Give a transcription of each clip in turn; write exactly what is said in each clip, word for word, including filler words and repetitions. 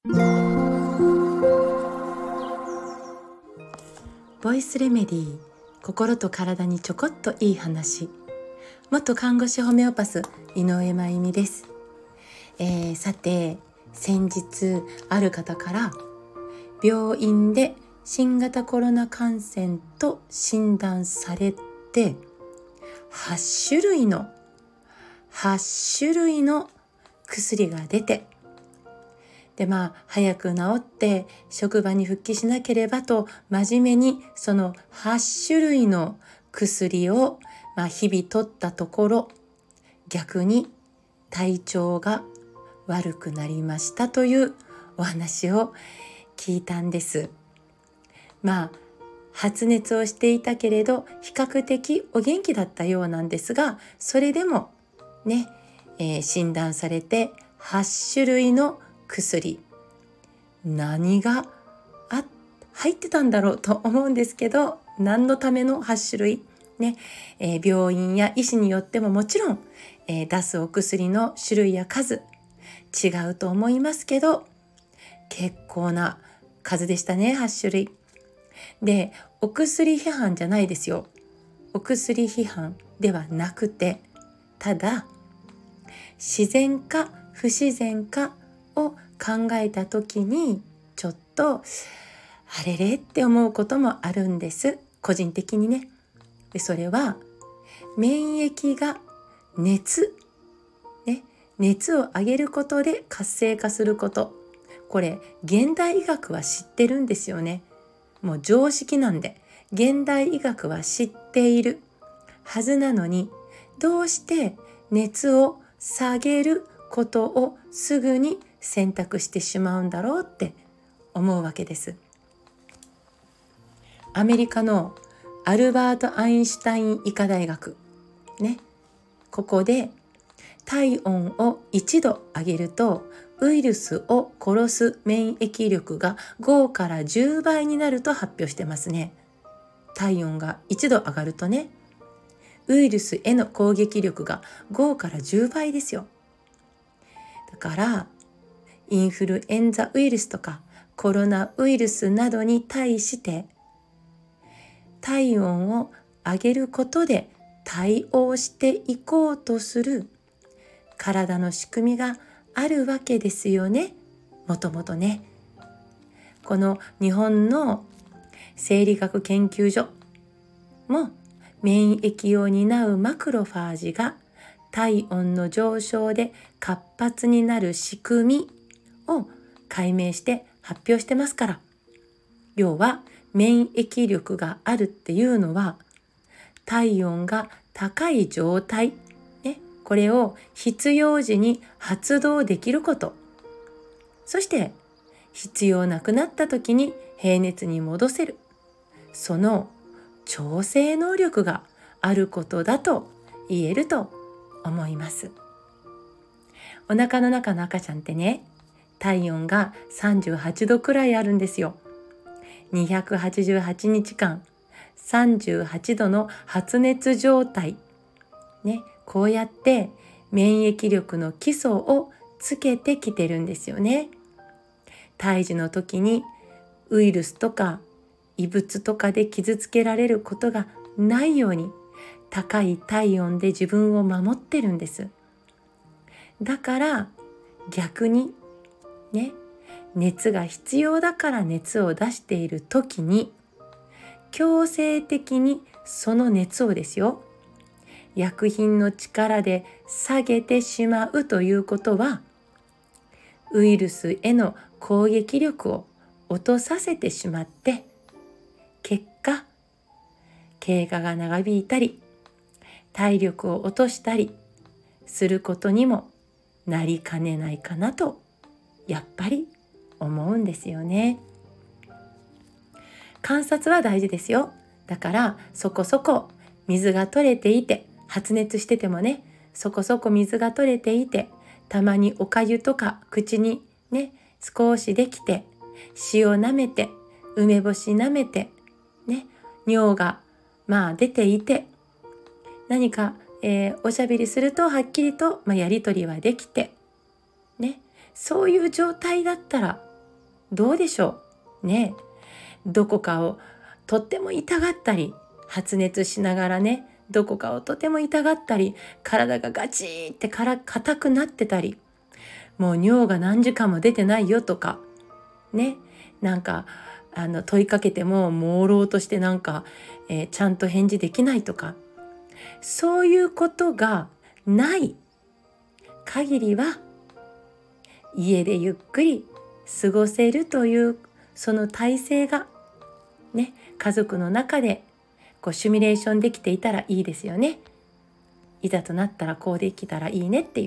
ボイスレメディー、心と体にちょこっといい話。元看護師ホメオパス井上真由美です。えー、さて先日ある方から病院で新型コロナ感染と診断されてはち種類のはち種類の薬が出て、でまあ早く治って職場に復帰しなければと真面目にそのはち種類の薬を、まあ、日々取ったところ、逆に体調が悪くなりましたというお話を聞いたんです。まあ発熱をしていたけれど比較的お元気だったようなんですが、それでもね、えー、診断されてはち種類の薬、何があ入ってたんだろうと思うんですけど、何のためのはち種類ね、えー、病院や医師によってももちろん、えー、出すお薬の種類や数違うと思いますけど、結構な数でしたね。はち種類で、お薬批判じゃないですよ。お薬批判ではなくて、ただ自然か不自然かを考えた時にちょっとあれれって思うこともあるんです、個人的にね。でそれは免疫が熱、ね、熱を上げることで活性化すること、これ現代医学は知ってるんですよね。もう常識なんで現代医学は知っているはずなのに、どうして熱を下げることをすぐに選択してしまうんだろうって思うわけです。アメリカのアルバート・アインシュタイン医科大学ね、ここで体温をいちど上げるとウイルスを殺す免疫力がごからじゅうばいになると発表してますね。体温がいちど上がるとね、ウイルスへの攻撃力がごからじゅうばいですよ。だからインフルエンザウイルスとかコロナウイルスなどに対して体温を上げることで対応していこうとする体の仕組みがあるわけですよね。もともとね、この日本の生理学研究所も免疫を担うマクロファージが体温の上昇で活発になる仕組みを解明して発表してますから、要は免疫力があるっていうのは体温が高い状態、ね、これを必要時に発動できること、そして必要なくなった時に平熱に戻せる、その調整能力があることだと言えると思います。お腹の中の赤ちゃんってね、体温がさんじゅうはちどくらいあるんですよ。にひゃくはちじゅうはちにちかんさんじゅうはちどの発熱状態、ね、こうやって免疫力の基礎をつけてきてるんですよね。胎児の時にウイルスとか異物とかで傷つけられることがないように高い体温で自分を守ってるんです。だから逆にね、熱が必要だから熱を出している時に強制的にその熱をですよ、薬品の力で下げてしまうということはウイルスへの攻撃力を落とさせてしまって、結果経過が長引いたり体力を落としたりすることにもなりかねないかなとやっぱり思うんですよね。観察は大事ですよ。だからそこそこ水が取れていて、発熱しててもね、そこそこ水が取れていて、たまにおかゆとか口にね少しできて、塩舐めて梅干し舐めてね、尿がまあ出ていて、何か、えー、おしゃべりするとはっきりと、まあ、やり取りはできてね、そういう状態だったらどうでしょうね。どこかをとっても痛がったり、発熱しながらね、どこかをとても痛がったり、体がガチーってから硬くなってたり、もう尿が何時間も出てないよとかね、なんかあの問いかけても朦朧としてなんか、えー、ちゃんと返事できないとか、そういうことがない限りは家でゆっくり過ごせるというその体制がね、家族の中でこうシミュレーションできていたらいいですよね。いざとなったらこうできたらいいねっていう、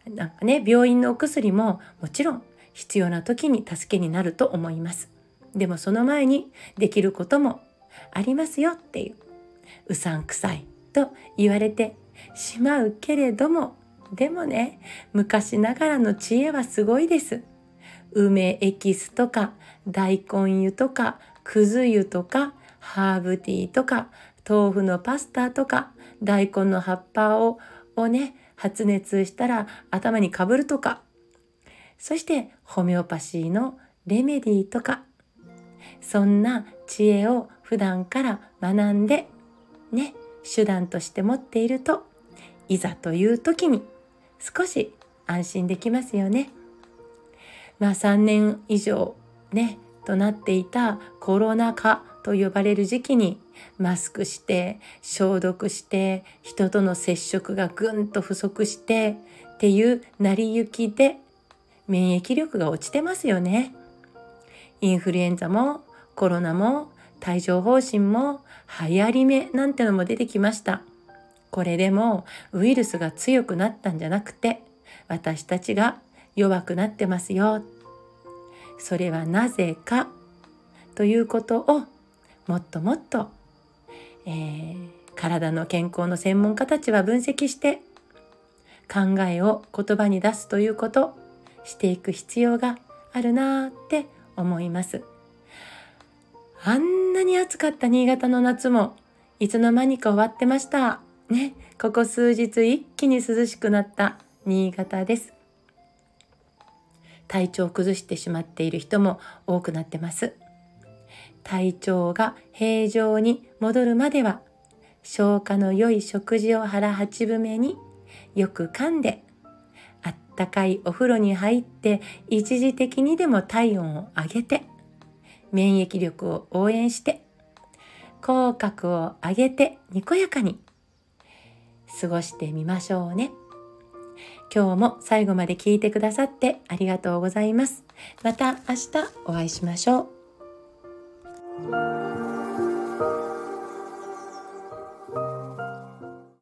なんかね、病院のお薬ももちろん必要な時に助けになると思います。でもその前にできることもありますよっていう、うさんくさいと言われてしまうけれども、でもね、昔ながらの知恵はすごいです。梅エキスとか大根湯とかくず湯とかハーブティーとか豆腐のパスタとか大根の葉っぱををね、発熱したら頭にかぶるとか、そしてホメオパシーのレメディーとか、そんな知恵を普段から学んでね、手段として持っていると、いざという時に少し安心できますよね。まあさんねん以上ねとなっていたコロナ禍と呼ばれる時期にマスクして消毒して人との接触がぐんと不足してっていう成り行きで免疫力が落ちてますよね。インフルエンザもコロナも帯状疱疹も流行り目なんてのも出てきました。これでもウイルスが強くなったんじゃなくて、私たちが弱くなってますよ。それはなぜかということをもっともっと、えー、体の健康の専門家たちは分析して考えを言葉に出すということしていく必要があるなって思います。あんなに暑かった新潟の夏もいつの間にか終わってましたね。ここ数日一気に涼しくなった新潟です。体調を崩してしまっている人も多くなってます。体調が平常に戻るまでは消化の良い食事を腹八分目によく噛んで、あったかいお風呂に入って一時的にでも体温を上げて、免疫力を応援して口角を上げてにこやかに過ごしてみましょうね。今日も最後まで聞いてくださってありがとうございます。また明日お会いしましょう。